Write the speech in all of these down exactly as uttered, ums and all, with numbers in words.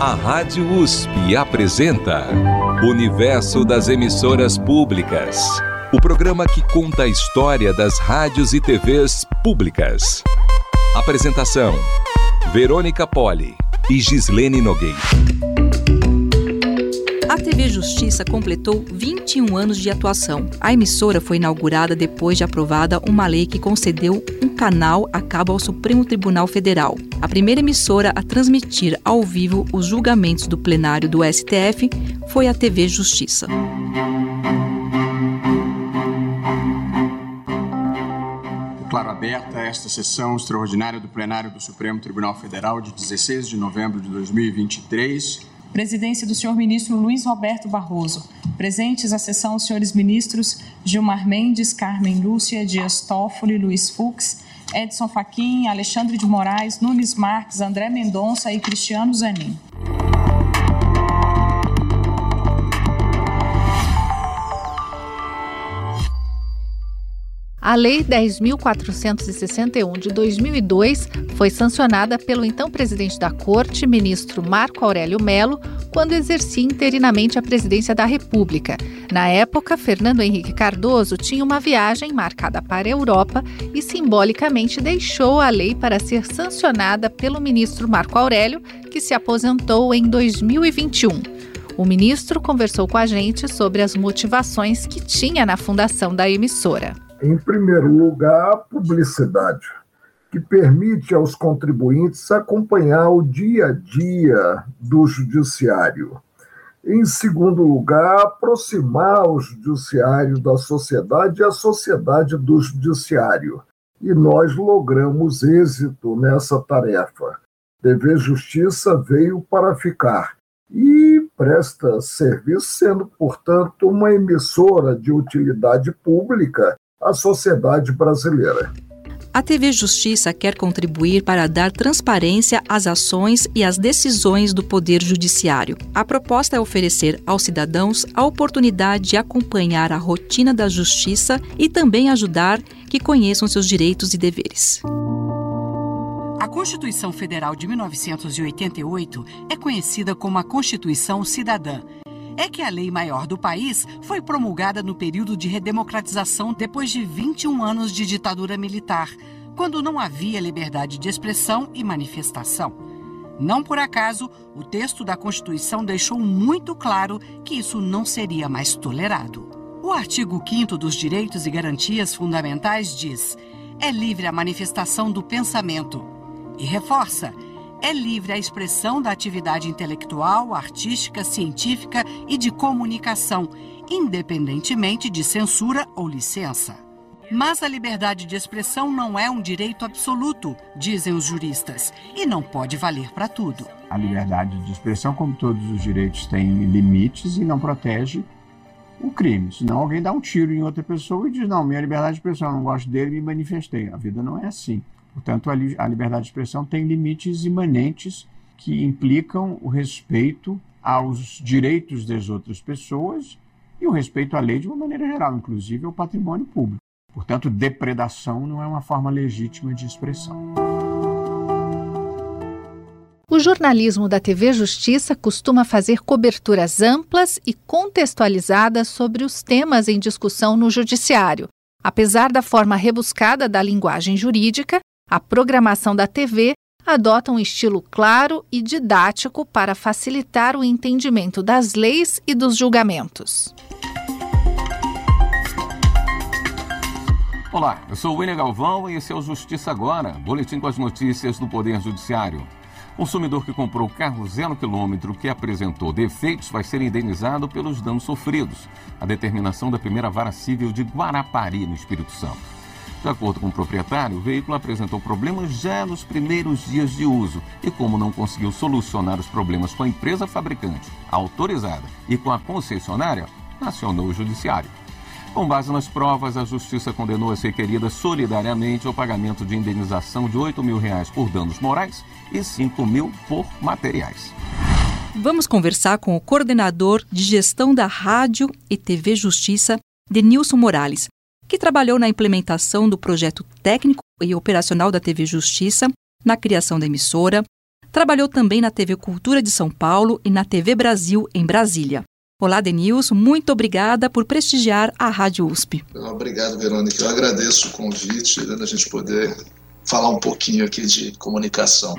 A Rádio U S P apresenta Universo das Emissoras Públicas, o programa que conta a história das rádios e T Vs públicas. Apresentação: Verônica Poli e Gislene Nogueira. A T V Justiça completou vinte e um anos de atuação. A emissora foi inaugurada depois de aprovada uma lei que concedeu um canal a cabo ao Supremo Tribunal Federal. A primeira emissora a transmitir ao vivo os julgamentos do plenário do S T F foi a T V Justiça. Declaro aberta esta sessão extraordinária do plenário do Supremo Tribunal Federal de dezesseis de novembro de dois mil e vinte e três. Presidência do senhor ministro Luiz Roberto Barroso. Presentes à sessão os senhores ministros Gilmar Mendes, Carmen Lúcia, Dias Toffoli, Luiz Fux, Edson Fachin, Alexandre de Moraes, Nunes Marques, André Mendonça e Cristiano Zanin. A Lei dez mil quatrocentos e sessenta e um de dois mil e dois foi sancionada pelo então presidente da Corte, ministro Marco Aurélio Mello, quando exercia interinamente a presidência da República. Na época, Fernando Henrique Cardoso tinha uma viagem marcada para a Europa e simbolicamente deixou a lei para ser sancionada pelo ministro Marco Aurélio, que se aposentou em dois mil e vinte e um. O ministro conversou com a gente sobre as motivações que tinha na fundação da emissora. Em primeiro lugar, publicidade, que permite aos contribuintes acompanhar o dia a dia do judiciário. Em segundo lugar, aproximar o judiciário da sociedade e a sociedade do judiciário. E nós logramos êxito nessa tarefa. T V Justiça veio para ficar e presta serviço, sendo, portanto, uma emissora de utilidade pública à sociedade brasileira. A T V Justiça quer contribuir para dar transparência às ações e às decisões do Poder Judiciário. A proposta é oferecer aos cidadãos a oportunidade de acompanhar a rotina da Justiça e também ajudar que conheçam seus direitos e deveres. A Constituição Federal de mil novecentos e oitenta e oito é conhecida como a Constituição Cidadã. É que a lei maior do país foi promulgada no período de redemocratização depois de vinte e um anos de ditadura militar, quando não havia liberdade de expressão e manifestação. Não por acaso, o texto da Constituição deixou muito claro que isso não seria mais tolerado. O artigo quinto dos Direitos e Garantias Fundamentais diz: é livre a manifestação do pensamento. E reforça: é livre a expressão da atividade intelectual, artística, científica e de comunicação, independentemente de censura ou licença. Mas a liberdade de expressão não é um direito absoluto, dizem os juristas, e não pode valer para tudo. A liberdade de expressão, como todos os direitos, tem limites e não protege o crime. Senão alguém dá um tiro em outra pessoa e diz: não, minha liberdade de expressão, eu não gosto dele, me manifestei. A vida não é assim. Portanto, a liberdade de expressão tem limites imanentes que implicam o respeito aos direitos das outras pessoas e o respeito à lei de uma maneira geral, inclusive ao patrimônio público. Portanto, depredação não é uma forma legítima de expressão. O jornalismo da T V Justiça costuma fazer coberturas amplas e contextualizadas sobre os temas em discussão no judiciário. Apesar da forma rebuscada da linguagem jurídica, a programação da T V adota um estilo claro e didático para facilitar o entendimento das leis e dos julgamentos. Olá, eu sou o William Galvão e esse é o Justiça Agora, boletim com as notícias do Poder Judiciário. Consumidor que comprou carro zero quilômetro que apresentou defeitos vai ser indenizado pelos danos sofridos. A determinação da primeira vara civil de Guarapari, no Espírito Santo. De acordo com o proprietário, o veículo apresentou problemas já nos primeiros dias de uso e, como não conseguiu solucionar os problemas com a empresa fabricante autorizada e com a concessionária, acionou o judiciário. Com base nas provas, a Justiça condenou as requeridas solidariamente ao pagamento de indenização de oito mil reais por danos morais e cinco mil por materiais. Vamos conversar com o coordenador de gestão da Rádio e T V Justiça, Denilson Morales, que trabalhou na implementação do projeto técnico e operacional da T V Justiça, na criação da emissora, Trabalhou também na T V Cultura de São Paulo e na T V Brasil, em Brasília. Olá, Denilson, muito obrigada por prestigiar a Rádio U S P. Obrigado, Verônica. Eu agradeço o convite, né, da gente poder falar um pouquinho aqui de comunicação.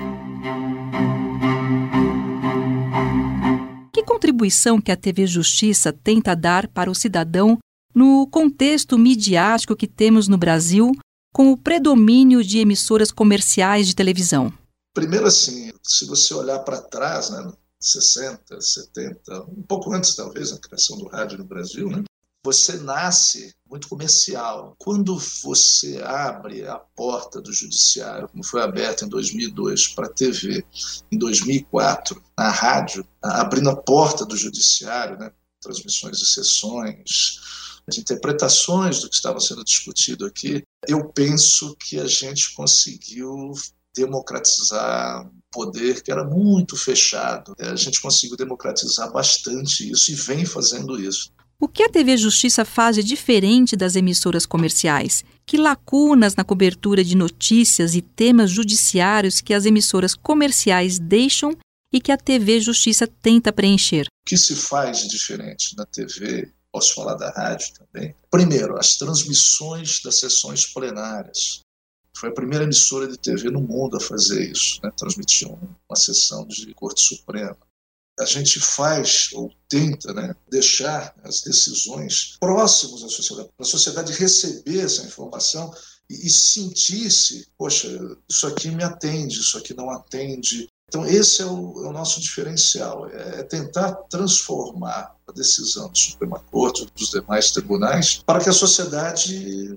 Que contribuição que a T V Justiça tenta dar para o cidadão no contexto midiático que temos no Brasil, com o predomínio de emissoras comerciais de televisão? Primeiro, assim, se você olhar para trás, né, sessenta, setenta, um pouco antes talvez da criação do rádio no Brasil, né, você nasce muito comercial. Quando você abre a porta do judiciário, como foi aberta em dois mil e dois para a T V, em dois mil e quatro, na rádio, abrindo a porta do judiciário, né, transmissões de sessões, de interpretações do que estava sendo discutido aqui, eu penso que a gente conseguiu democratizar um poder que era muito fechado. A gente conseguiu democratizar bastante isso e vem fazendo isso. O que a T V Justiça faz de diferente das emissoras comerciais? Que lacunas na cobertura de notícias e temas judiciários que as emissoras comerciais deixam e que a T V Justiça tenta preencher? O que se faz de diferente na T V? Posso falar da rádio também. Primeiro, as transmissões das sessões plenárias. Foi a primeira emissora de T V no mundo a fazer isso, né? Transmitir uma sessão de Corte Suprema. A gente faz, ou tenta, né, deixar as decisões próximos à sociedade, para a sociedade receber essa informação e, e sentir-se, poxa, isso aqui me atende, isso aqui não atende. Então esse é o, é o nosso diferencial, é tentar transformar a decisão do Suprema Corte, dos demais tribunais, para que a sociedade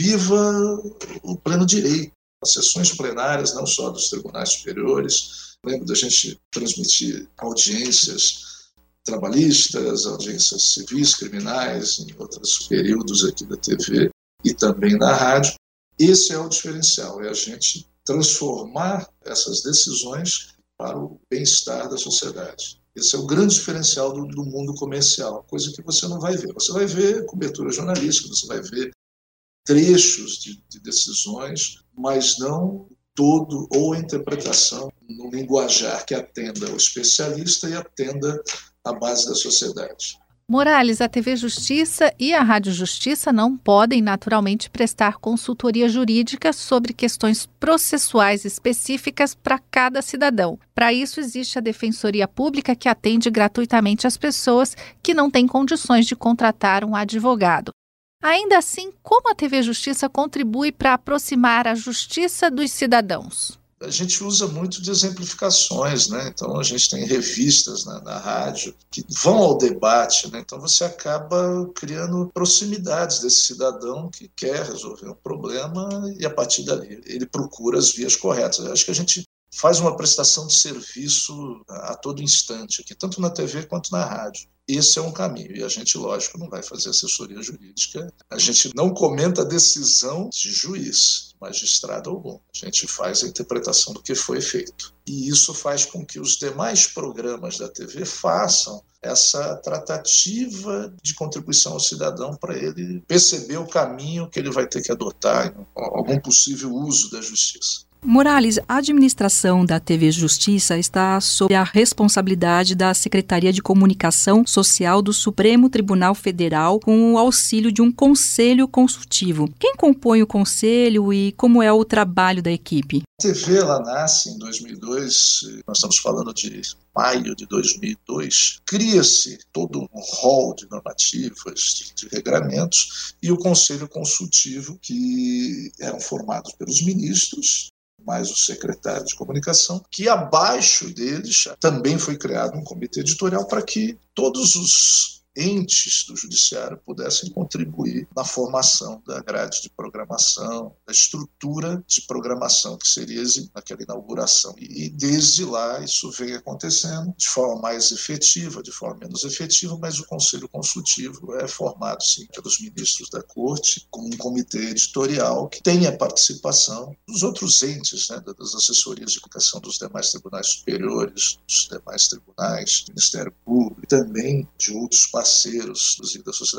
viva o pleno direito. As sessões plenárias, não só dos tribunais superiores, lembro da gente transmitir audiências trabalhistas, audiências civis, criminais, em outros períodos aqui da T V e também na rádio. Esse é o diferencial, é a gente transformar essas decisões para o bem-estar da sociedade. Esse é o grande diferencial do, do mundo comercial, coisa que você não vai ver. Você vai ver cobertura jornalística, você vai ver trechos de, de decisões, mas não todo ou a interpretação no linguajar que atenda o especialista e atenda a base da sociedade. Morales, a T V Justiça e a Rádio Justiça não podem naturalmente prestar consultoria jurídica sobre questões processuais específicas para cada cidadão. Para isso, existe a Defensoria Pública, que atende gratuitamente as pessoas que não têm condições de contratar um advogado. Ainda assim, como a T V Justiça contribui para aproximar a justiça dos cidadãos? A gente usa muito de exemplificações, né? Então a gente tem revistas na, na rádio que vão ao debate, né? Então você acaba criando proximidades desse cidadão que quer resolver um problema e a partir dali ele procura as vias corretas. Eu acho que a gente faz uma prestação de serviço a todo instante aqui, tanto na T V quanto na rádio. Esse é um caminho, e a gente, lógico, não vai fazer assessoria jurídica. A gente não comenta a decisão de juiz, magistrado algum. A gente faz a interpretação do que foi feito. E isso faz com que os demais programas da T V façam essa tratativa de contribuição ao cidadão para ele perceber o caminho que ele vai ter que adotar em algum possível uso da justiça. Morales, a administração da T V Justiça está sob a responsabilidade da Secretaria de Comunicação Social do Supremo Tribunal Federal, com o auxílio de um conselho consultivo. Quem compõe o conselho e como é o trabalho da equipe? A T V ela nasce em dois mil e dois, nós estamos falando de maio de dois mil e dois, cria-se todo um rol de normativas, de, de regramentos, e o conselho consultivo, que eram formados pelos ministros, mais o secretário de comunicação, que abaixo deles também foi criado um comitê editorial para que todos os entes do judiciário pudessem contribuir na formação da grade de programação, da estrutura de programação que seria naquela inauguração. E desde lá isso vem acontecendo de forma mais efetiva, de forma menos efetiva, mas o Conselho Consultivo é formado, sim, pelos ministros da Corte, com um comitê editorial que tem a participação dos outros entes, né, das assessorias de comunicação dos demais tribunais superiores, dos demais tribunais, do Ministério Público, e também de outros parceiros da sociedade civil.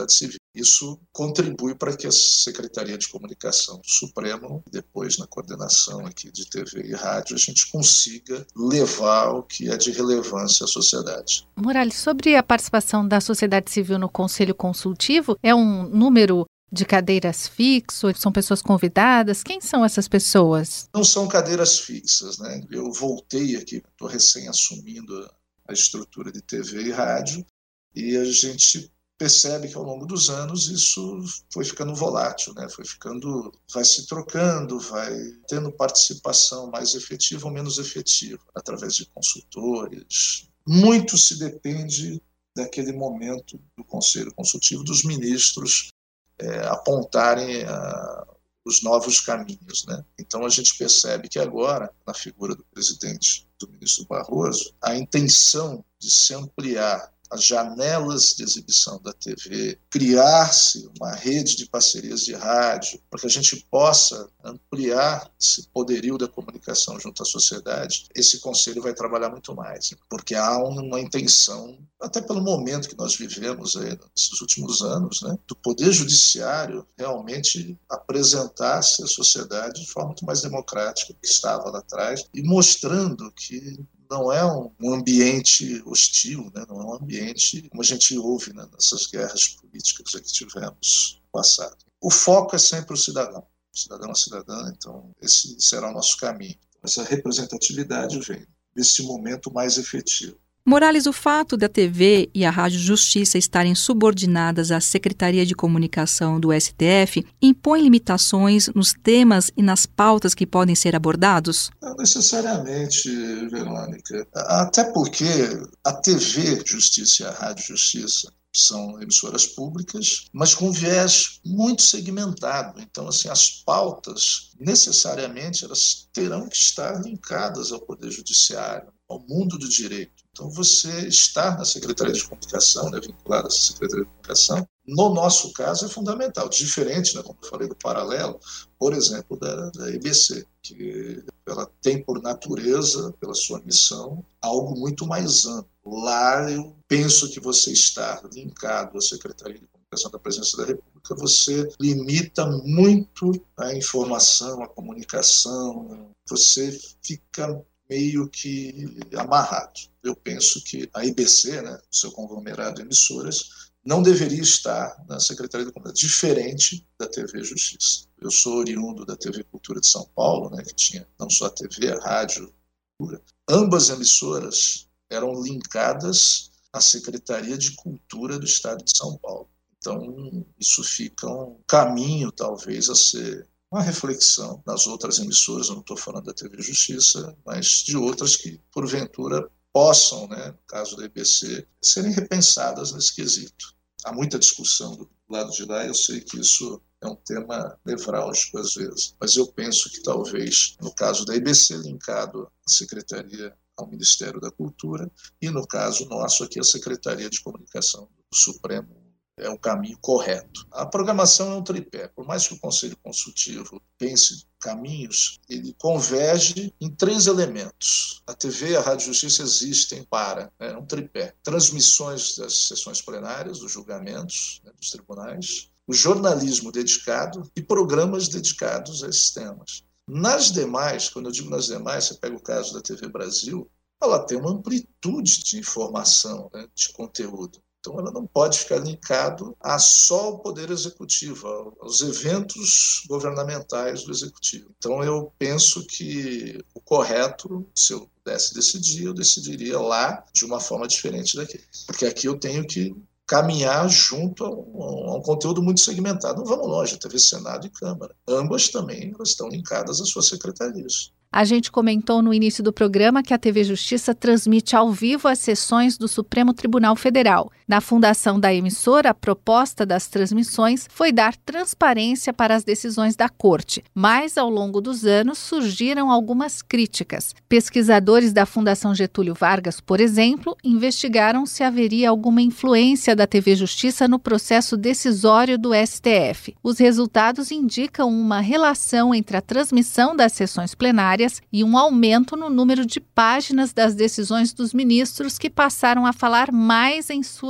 Isso contribui para que a Secretaria de Comunicação do Supremo, depois na coordenação aqui de T V e rádio, a gente consiga levar o que é de relevância à sociedade. Morales, sobre a participação da sociedade civil no Conselho Consultivo, é um número de cadeiras fixo? São pessoas convidadas? Quem são essas pessoas? Não são cadeiras fixas, né? Eu voltei aqui, estou recém assumindo a estrutura de T V e rádio, e a gente percebe que ao longo dos anos isso foi ficando volátil, né? Foi ficando, vai se trocando, vai tendo participação mais efetiva ou menos efetiva, através de consultores. Muito se depende daquele momento do Conselho Consultivo, dos ministros é, apontarem a, os novos caminhos, né? Então a gente percebe que agora, na figura do presidente, do ministro Barroso, a intenção de se ampliar as janelas de exibição da T V, criar-se uma rede de parcerias de rádio, para que a gente possa ampliar esse poderio da comunicação junto à sociedade, esse conselho vai trabalhar muito mais, porque há uma intenção, até pelo momento que nós vivemos aí nesses últimos anos, né, do Poder Judiciário realmente apresentar-se à sociedade de forma muito mais democrática do que estava lá atrás, e mostrando que não é um ambiente hostil, né? Não é um ambiente como a gente ouve, né, nessas guerras políticas que tivemos no passado. O foco é sempre o cidadão, o cidadão, a cidadã, então esse será o nosso caminho. Essa representatividade vem nesse momento mais efetivo. Morales, o fato da T V e a Rádio Justiça estarem subordinadas à Secretaria de Comunicação do S T F impõe limitações nos temas e nas pautas que podem ser abordados? Não necessariamente, Verônica. Até porque a T V Justiça e a Rádio Justiça são emissoras públicas, mas com viés muito segmentado. Então, assim, as pautas, necessariamente, elas terão que estar linkadas ao Poder Judiciário, ao mundo do direito. Então, você estar na Secretaria de Comunicação, né, vinculado a essa Secretaria de Comunicação, no nosso caso é fundamental. Diferente, né, como eu falei, do paralelo, por exemplo, da, da E B C, que ela tem por natureza, pela sua missão, algo muito mais amplo. Lá eu penso que você estar linkado à Secretaria de Comunicação da Presidência da República, você limita muito a informação, a comunicação, você fica meio que amarrado. Eu penso que a I B C, né, o seu conglomerado de emissoras, não deveria estar na Secretaria de Comunicação, diferente da T V Justiça. Eu sou oriundo da T V Cultura de São Paulo, né, que tinha não só a T V, a rádio, a cultura. Ambas emissoras eram linkadas à Secretaria de Cultura do Estado de São Paulo. Então, isso fica um caminho, talvez, a ser uma reflexão nas outras emissoras, eu não estou falando da T V Justiça, mas de outras que, porventura, possam, né, no caso da I B C, serem repensadas nesse quesito. Há muita discussão do lado de lá, eu sei que isso é um tema nevrálgico às vezes, mas eu penso que talvez, no caso da I B C, linkado à Secretaria, ao Ministério da Cultura, e no caso nosso aqui, a Secretaria de Comunicação do Supremo, é o caminho correto. A programação é um tripé. Por mais que o Conselho Consultivo pense caminhos, ele converge em três elementos. A T V e a Rádio Justiça existem para, é um tripé. Transmissões das sessões plenárias, dos julgamentos, né, dos tribunais, o jornalismo dedicado e programas dedicados a esses temas. Nas demais, quando eu digo nas demais, você pega o caso da T V Brasil, ela tem uma amplitude de informação, né, de conteúdo. Então, ela não pode ficar linkado a só o Poder Executivo, aos eventos governamentais do Executivo. Então, eu penso que o correto, se eu pudesse decidir, eu decidiria lá de uma forma diferente daqui. Porque aqui eu tenho que caminhar junto a um, a um conteúdo muito segmentado. Não vamos longe, T V Senado e Câmara. Ambas também elas estão linkadas às suas secretarias. A gente comentou no início do programa que a T V Justiça transmite ao vivo as sessões do Supremo Tribunal Federal. Na fundação da emissora, a proposta das transmissões foi dar transparência para as decisões da Corte, mas ao longo dos anos surgiram algumas críticas. Pesquisadores da Fundação Getúlio Vargas, por exemplo, investigaram se haveria alguma influência da T V Justiça no processo decisório do S T F. Os resultados indicam uma relação entre a transmissão das sessões plenárias e um aumento no número de páginas das decisões dos ministros que passaram a falar mais em suas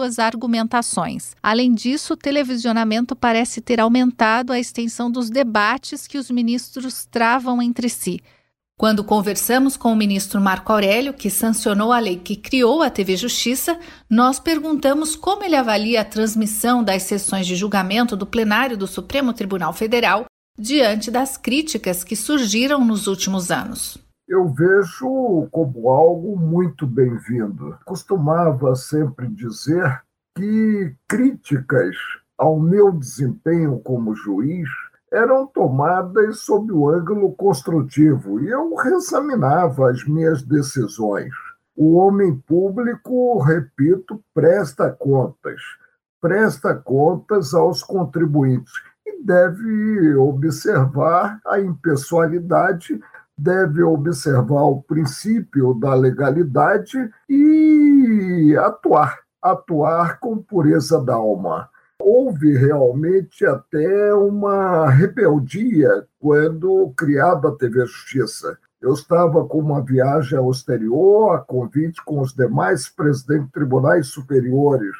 suas argumentações. Além disso, o televisionamento parece ter aumentado a extensão dos debates que os ministros travam entre si. Quando conversamos com o ministro Marco Aurélio, que sancionou a lei que criou a T V Justiça, nós perguntamos como ele avalia a transmissão das sessões de julgamento do plenário do Supremo Tribunal Federal diante das críticas que surgiram nos últimos anos. Eu vejo como algo muito bem-vindo. Costumava sempre dizer que críticas ao meu desempenho como juiz eram tomadas sob o ângulo construtivo e eu reexaminava as minhas decisões. O homem público, repito, presta contas, presta contas aos contribuintes e deve observar a impessoalidade, deve observar o princípio da legalidade e atuar, atuar com pureza da alma. Houve realmente até uma rebeldia quando criada a T V Justiça. Eu estava com uma viagem ao exterior, a convite com os demais presidentes de tribunais superiores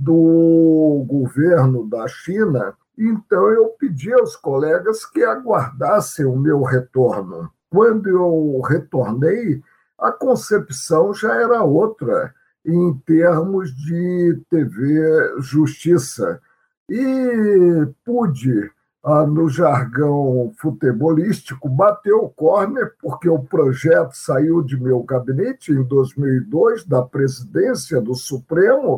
do governo da China, então eu pedi aos colegas que aguardassem o meu retorno. Quando eu retornei, a concepção já era outra em termos de T V Justiça. E pude, ah, no jargão futebolístico, bater o córner, porque o projeto saiu de meu gabinete em dois mil e dois, da presidência do Supremo,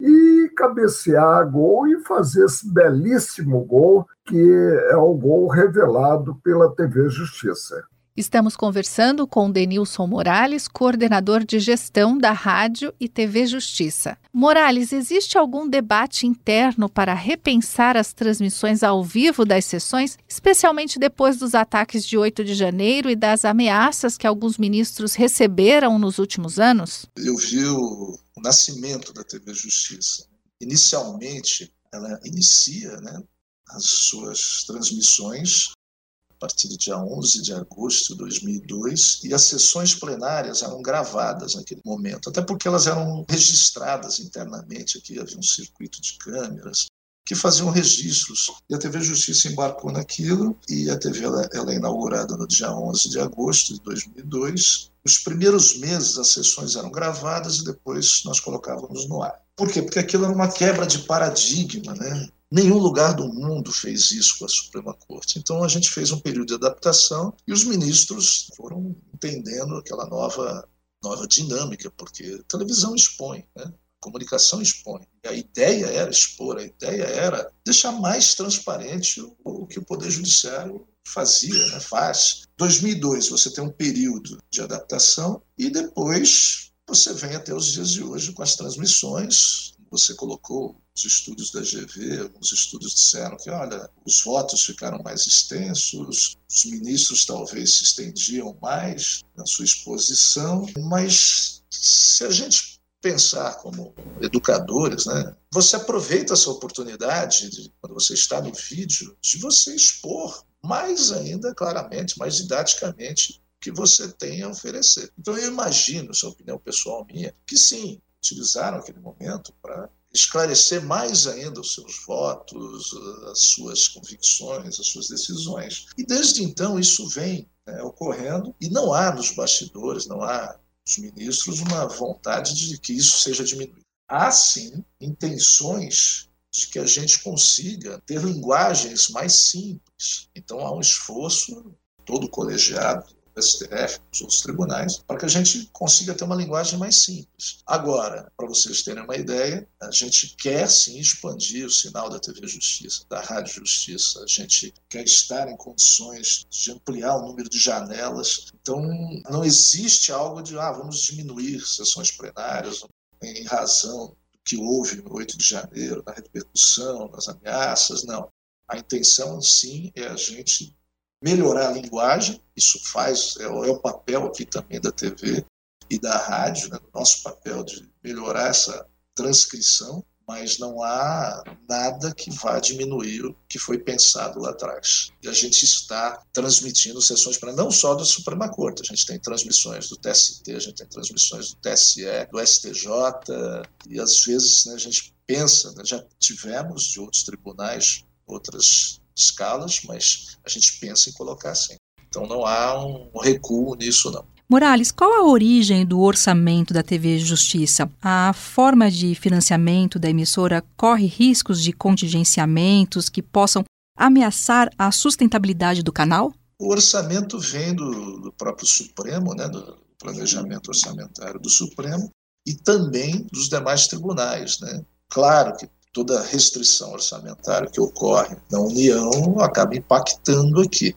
e cabecear gol e fazer esse belíssimo gol, que é o gol revelado pela T V Justiça. Estamos conversando com Denilson Morales, coordenador de gestão da Rádio e T V Justiça. Morales, existe algum debate interno para repensar as transmissões ao vivo das sessões, especialmente depois dos ataques de oito de janeiro e das ameaças que alguns ministros receberam nos últimos anos? Eu vi o nascimento da T V Justiça. Inicialmente, ela inicia, né, as suas transmissões a partir do dia onze de agosto de dois mil e dois, e as sessões plenárias eram gravadas naquele momento, até porque elas eram registradas internamente, aqui havia um circuito de câmeras que faziam registros, e a T V Justiça embarcou naquilo, e a T V ela, ela é inaugurada no dia onze de agosto de dois mil e dois. Os primeiros meses as sessões eram gravadas e depois nós colocávamos no ar. Por quê? Porque aquilo era uma quebra de paradigma, né? Nenhum lugar do mundo fez isso com a Suprema Corte. Então a gente fez um período de adaptação e os ministros foram entendendo aquela nova, nova dinâmica, porque a televisão expõe, né? A comunicação expõe. E a ideia era expor, a ideia era deixar mais transparente o, o que o Poder Judiciário fazia, né? Faz. Em dois mil e dois você tem um período de adaptação e depois você vem até os dias de hoje com as transmissões. Você colocou os estudos da G V, alguns estudos disseram que, olha, os votos ficaram mais extensos, os ministros talvez se estendiam mais na sua exposição, mas se a gente pensar como educadores, né, você aproveita essa oportunidade, de, quando você está no vídeo, de você expor mais ainda, claramente, mais didaticamente, o que você tem a oferecer. Então eu imagino, essa é a opinião pessoal minha, que sim, utilizaram aquele momento para esclarecer mais ainda os seus votos, as suas convicções, as suas decisões. E desde então isso vem, né, ocorrendo e não há nos bastidores, não há nos ministros uma vontade de que isso seja diminuído. Há sim intenções de que a gente consiga ter linguagens mais simples. Então há um esforço, todo colegiado, S T F, os outros tribunais, para que a gente consiga ter uma linguagem mais simples. Agora, para vocês terem uma ideia, a gente quer sim expandir o sinal da T V Justiça, da Rádio Justiça, a gente quer estar em condições de ampliar o número de janelas. Então, não existe algo de, ah, vamos diminuir sessões plenárias em razão do que houve no oito de janeiro, na repercussão, nas ameaças, não. A intenção, sim, é a gente melhorar a linguagem, isso faz, é, é o papel aqui também da T V e da rádio, né, o nosso papel de melhorar essa transcrição, mas não há nada que vá diminuir o que foi pensado lá atrás. E a gente está transmitindo sessões para não só da Suprema Corte, a gente tem transmissões do T S T, a gente tem transmissões do T S E, do S T J, e às vezes, né, a gente pensa, né, já tivemos de outros tribunais, outras escalas, mas a gente pensa em colocar assim. Então não há um recuo nisso, não. Morales, qual a origem do orçamento da T V Justiça? A forma de financiamento da emissora corre riscos de contingenciamentos que possam ameaçar a sustentabilidade do canal? O orçamento vem do, do próprio Supremo, né, do planejamento orçamentário do Supremo e também dos demais tribunais, né? Claro que toda restrição orçamentária que ocorre na União acaba impactando aqui,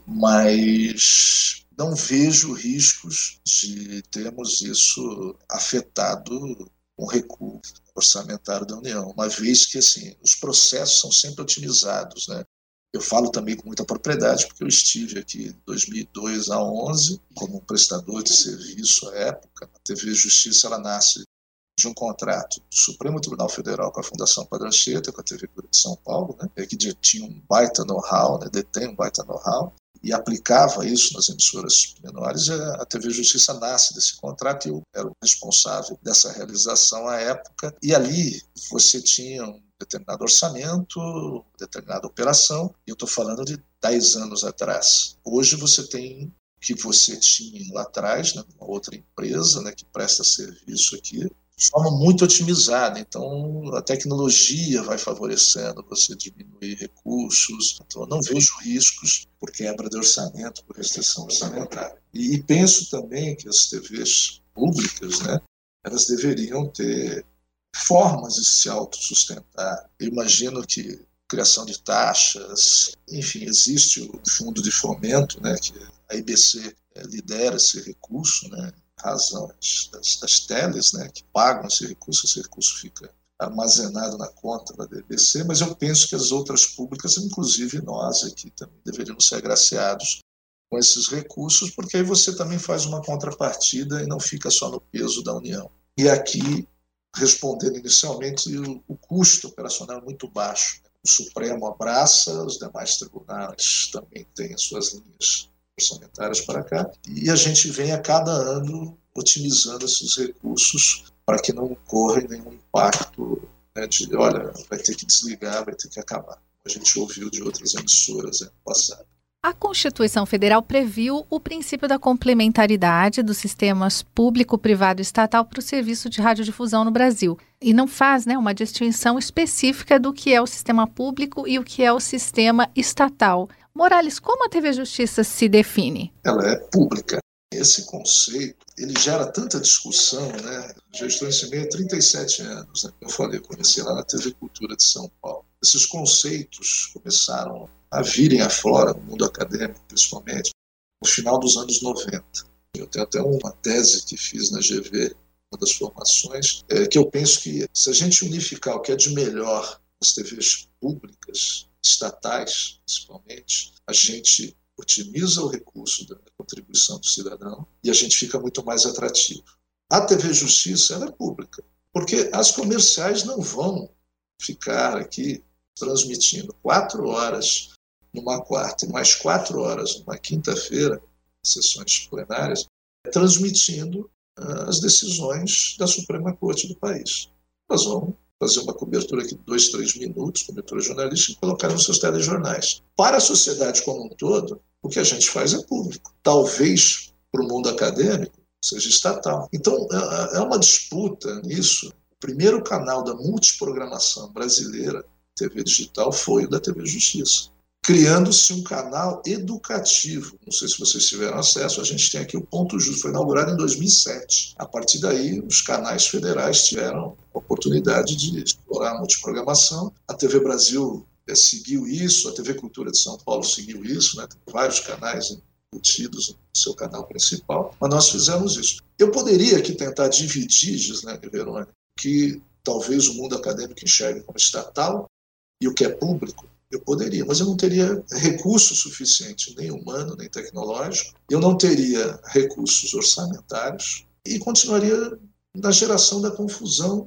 mas não vejo riscos de termos isso afetado com recuo orçamentário da União, uma vez que assim, os processos são sempre otimizados, né? Eu falo também com muita propriedade, porque eu estive aqui de dois mil e dois a onze como um prestador de serviço à época. A T V Justiça ela nasce de um contrato do Supremo Tribunal Federal com a Fundação Padre Anchieta, com a T V de São Paulo, né, que tinha um baita know-how, né, detém um baita know-how, e aplicava isso nas emissoras menores. A T V Justiça nasce desse contrato e eu era o responsável dessa realização à época. E ali você tinha um determinado orçamento, determinada operação, e eu estou falando de dez anos atrás. Hoje você tem o que você tinha lá atrás, né, uma outra empresa, né, que presta serviço aqui, de forma muito otimizada. Então, a tecnologia vai favorecendo você diminuir recursos. Então, eu não vejo riscos por quebra de orçamento, por restrição orçamentária. E, e penso também que as T Vs públicas, né, elas deveriam ter formas de se autossustentar. Eu imagino que criação de taxas, enfim, existe o fundo de fomento, né, que a I B C é, lidera esse recurso, né, razão das, das teles, né, que pagam esse recurso, esse recurso fica armazenado na conta da I B C, mas eu penso que as outras públicas, inclusive nós aqui, também deveríamos ser agraciados com esses recursos, porque aí você também faz uma contrapartida e não fica só no peso da União. E aqui, respondendo inicialmente, o, o custo operacional é muito baixo. O Supremo abraça, os demais tribunais também têm as suas linhas orçamentárias para cá, e a gente vem a cada ano otimizando esses recursos para que não ocorra nenhum impacto, né, de, olha, vai ter que desligar, vai ter que acabar. A gente ouviu de outras emissoras ano passado. A Constituição Federal previu o princípio da complementaridade dos sistemas público, privado e estatal para o serviço de radiodifusão no Brasil. E não faz, né, uma distinção específica do que é o sistema público e o que é o sistema estatal. Morales, como a T V Justiça se define? Ela é pública. Esse conceito, ele gera tanta discussão, né? Já estou nesse meio há trinta e sete anos, né? Eu falei, eu comecei lá na T V Cultura de São Paulo. Esses conceitos começaram a virem à flora no mundo acadêmico, principalmente, no final dos anos noventa. Eu tenho até uma tese que fiz na G V, uma das formações, é, que eu penso que se a gente unificar o que é de melhor nas T Vs públicas, estatais, principalmente, a gente otimiza o recurso da contribuição do cidadão e a gente fica muito mais atrativo. A T V Justiça ela é pública, porque as comerciais não vão ficar aqui transmitindo quatro horas numa quarta e mais quatro horas numa quinta-feira, sessões plenárias, transmitindo uh, as decisões da Suprema Corte do país. Nós vamos fazer uma cobertura aqui de dois, três minutos, cobertura jornalística, e colocar nos seus telejornais. Para a sociedade como um todo, o que a gente faz é público. Talvez para o mundo acadêmico seja estatal. Então, é uma disputa nisso. O primeiro canal da multiprogramação brasileira, T V digital, foi o da T V Justiça, criando-se um canal educativo. Não sei se vocês tiveram acesso, a gente tem aqui o Ponto Justo, foi inaugurado em dois mil e sete. A partir daí, os canais federais tiveram a oportunidade de explorar a multiprogramação. A T V Brasil é, seguiu isso, a T V Cultura de São Paulo seguiu isso, né? Tem vários canais embutidos no seu canal principal, mas nós fizemos isso. Eu poderia aqui tentar dividir, Gislaine Verônica, que talvez o mundo acadêmico enxergue como estatal e o que é público. Eu poderia, mas eu não teria recurso suficiente, nem humano, nem tecnológico. Eu não teria recursos orçamentários e continuaria na geração da confusão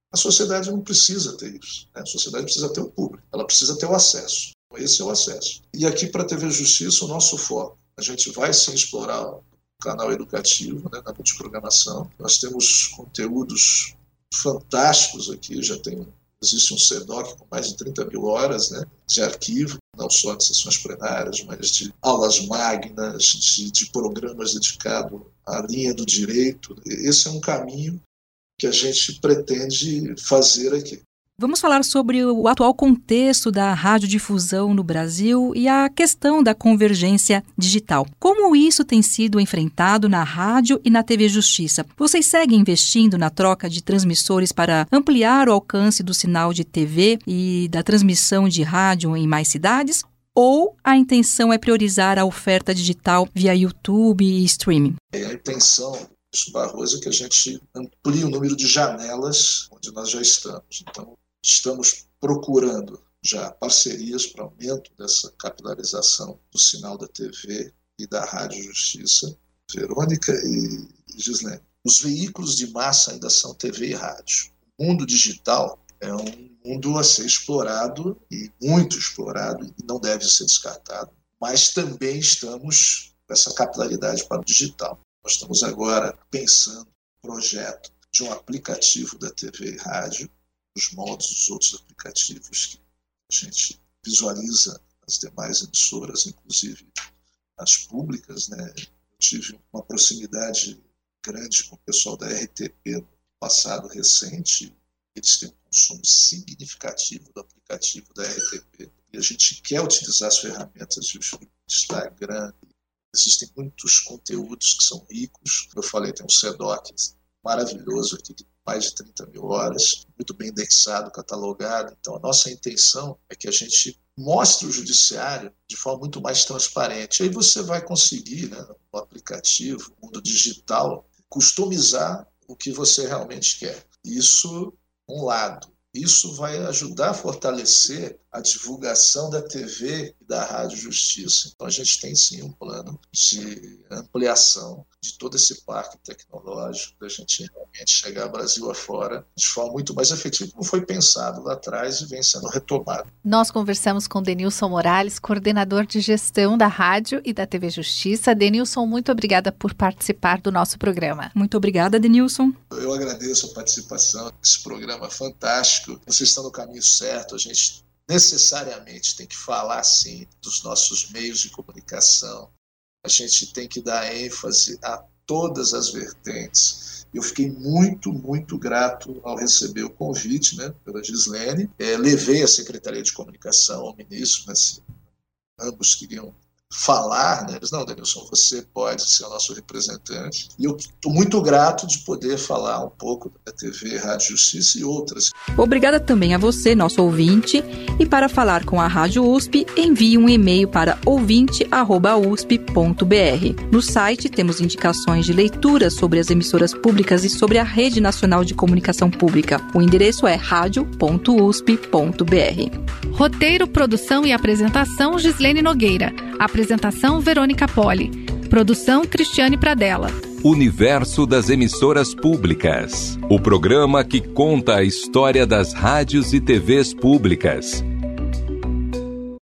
A sociedade não precisa ter isso, né? A sociedade precisa ter o público, ela precisa ter o acesso. Esse é o acesso. E aqui para a T V Justiça, o nosso foco, a gente vai sim explorar o canal educativo, né, na multiprogramação. Nós temos conteúdos fantásticos aqui, já tem, existe um C E D O C com mais de trinta mil horas, né, de arquivo, não só de sessões plenárias, mas de aulas magnas, de, de programas dedicados à linha do direito. Esse é um caminho que a gente pretende fazer aqui. Vamos falar sobre o atual contexto da radiodifusão no Brasil e a questão da convergência digital. Como isso tem sido enfrentado na rádio e na T V Justiça? Vocês seguem investindo na troca de transmissores para ampliar o alcance do sinal de T V e da transmissão de rádio em mais cidades? Ou a intenção é priorizar a oferta digital via YouTube e streaming? É a intenção, Barroso, é que a gente amplie o número de janelas onde nós já estamos. Então, estamos procurando já parcerias para aumento dessa capilarização do sinal da T V e da Rádio Justiça. Verônica e Gislene, os veículos de massa ainda são T V e rádio. O mundo digital é um mundo a ser explorado, e muito explorado, e não deve ser descartado. Mas também estamos com essa capilaridade para o digital. Nós estamos agora pensando no projeto de um aplicativo da T V e rádio, os moldes dos outros aplicativos que a gente visualiza nas demais emissoras, inclusive as públicas, né? Eu tive uma proximidade grande com o pessoal da R T P no passado recente. Eles têm um consumo significativo do aplicativo da R T P. E a gente quer utilizar as ferramentas de Instagram. Existem muitos conteúdos que são ricos. Como eu falei, tem um C E D O C maravilhoso aqui, de mais de trinta mil horas, muito bem indexado, catalogado. Então, a nossa intenção é que a gente mostre o judiciário de forma muito mais transparente. Aí você vai conseguir, né, no aplicativo, no mundo digital, customizar o que você realmente quer. Isso, um lado. Isso vai ajudar a fortalecer a divulgação da T V e da Rádio Justiça. Então, a gente tem, sim, um plano de ampliação de todo esse parque tecnológico, para a gente realmente chegar Brasil afora de forma muito mais efetiva, como foi pensado lá atrás e vem sendo retomado. Nós conversamos com Denilson Morales, coordenador de gestão da Rádio e da T V Justiça. Denilson, muito obrigada por participar do nosso programa. Muito obrigada, Denilson. Eu agradeço a participação nesse programa fantástico. Vocês estão no caminho certo. A gente necessariamente tem que falar, sim, dos nossos meios de comunicação. A gente tem que dar ênfase a todas as vertentes. Eu fiquei muito, muito grato ao receber o convite, né, pela Gislene. É, levei a Secretaria de Comunicação ao ministro, mas ambos queriam falar, né? Eles, não, Denilson, você pode ser o nosso representante. E eu estou muito grato de poder falar um pouco da T V, Rádio Justiça e outras. Obrigada também a você, nosso ouvinte. E para falar com a Rádio U S P, envie um e-mail para ouvinte arroba u s p ponto b r. No site temos indicações de leitura sobre as emissoras públicas e sobre a Rede Nacional de Comunicação Pública. O endereço é rádio ponto u s p ponto b r. Roteiro, produção e apresentação, Gislene Nogueira. Apresentação, Verônica Poli. Produção, Cristiane Pradella. Universo das Emissoras Públicas. O programa que conta a história das rádios e T Vs públicas.